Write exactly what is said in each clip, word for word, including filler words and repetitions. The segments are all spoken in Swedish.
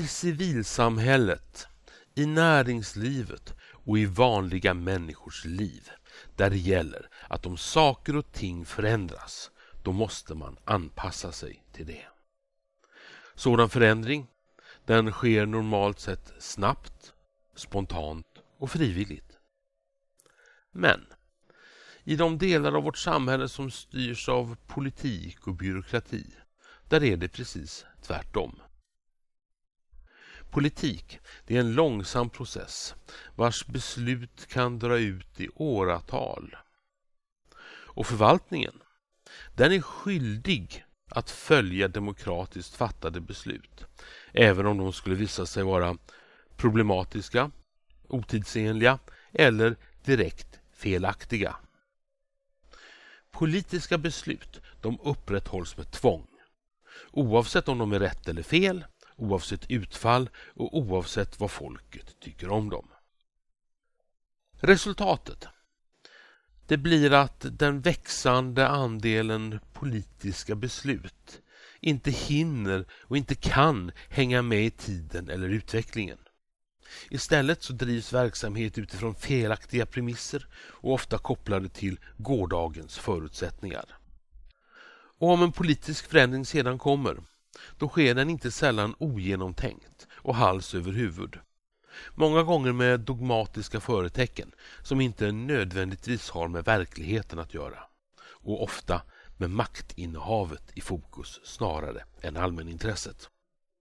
civilsamhället, i näringslivet och i vanliga människors liv, där det gäller att om saker och ting förändras, då måste man anpassa sig till det. Sådan förändring, den sker normalt sett snabbt, spontant och frivilligt. Men i de delar av vårt samhälle som styrs av politik och byråkrati, där är det precis tvärtom. Politik, det är en långsam process vars beslut kan dra ut i åratal. Och förvaltningen, den är skyldig att följa demokratiskt fattade beslut, även om de skulle visa sig vara problematiska, otidsenliga eller direkt felaktiga. Politiska beslut, de upprätthålls med tvång, oavsett om de är rätt eller fel, oavsett utfall och oavsett vad folket tycker om dem. Resultatet, det blir att den växande andelen politiska beslut inte hinner och inte kan hänga med i tiden eller utvecklingen. Istället så drivs verksamhet utifrån felaktiga premisser och ofta kopplade till gårdagens förutsättningar. Och om en politisk förändring sedan kommer, då sker den inte sällan ogenomtänkt och hals över huvud. Många gånger med dogmatiska företecken som inte nödvändigtvis har med verkligheten att göra. Och ofta med maktinnehavet i fokus snarare än allmänintresset.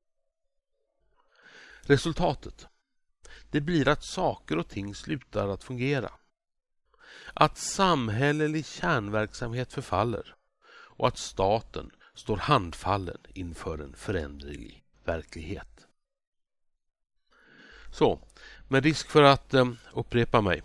Resultatet, det blir att saker och ting slutar att fungera. Att samhällelig kärnverksamhet förfaller och att staten står handfallen inför en föränderlig verklighet. Så, med risk för att eh, upprepa mig.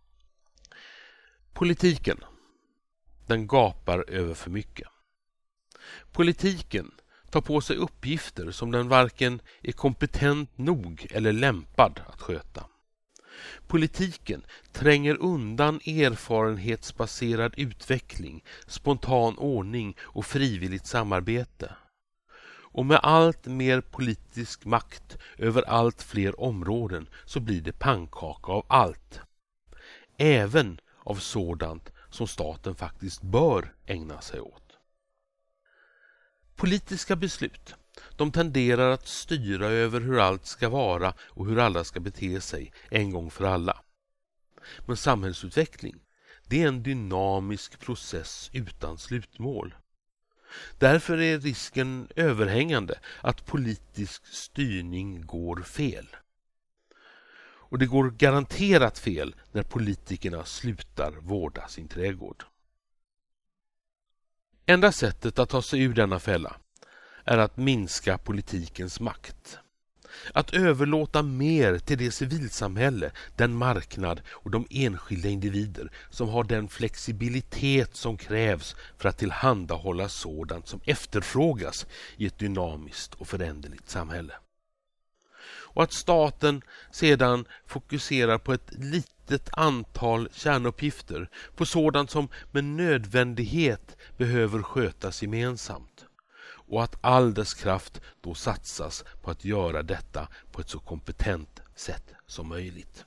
Politiken, den gapar över för mycket. Politiken tar på sig uppgifter som den varken är kompetent nog eller lämpad att sköta. Politiken tränger undan erfarenhetsbaserad utveckling, spontan ordning och frivilligt samarbete. Och med allt mer politisk makt över allt fler områden så blir det pannkaka av allt. Även av sådant som staten faktiskt bör ägna sig åt. Politiska beslut, de tenderar att styra över hur allt ska vara och hur alla ska bete sig en gång för alla. Men samhällsutveckling, det är en dynamisk process utan slutmål. Därför är risken överhängande att politisk styrning går fel. Och det går garanterat fel när politikerna slutar vårda sin trädgård. Enda sättet att ta sig ur denna fälla är att minska politikens makt. Att överlåta mer till det civilsamhälle, den marknad och de enskilda individer som har den flexibilitet som krävs för att tillhandahålla sådant som efterfrågas i ett dynamiskt och föränderligt samhälle. Och att staten sedan fokuserar på ett litet antal kärnuppgifter, på sådant som med nödvändighet behöver skötas gemensamt. Och att all dess kraft då satsas på att göra detta på ett så kompetent sätt som möjligt.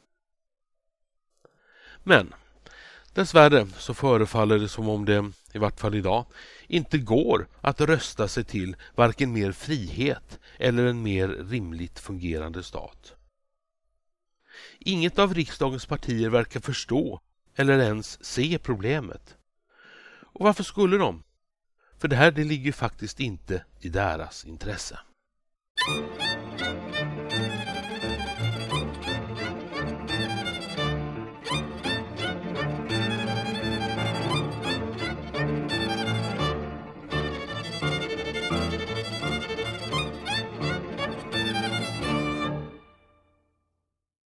Men dessvärre så förefaller det som om det, i vart fall idag, inte går att rösta sig till varken mer frihet eller en mer rimligt fungerande stat. Inget av riksdagens partier verkar förstå eller ens se problemet. Och varför skulle de? För det här det ligger faktiskt inte i deras intresse.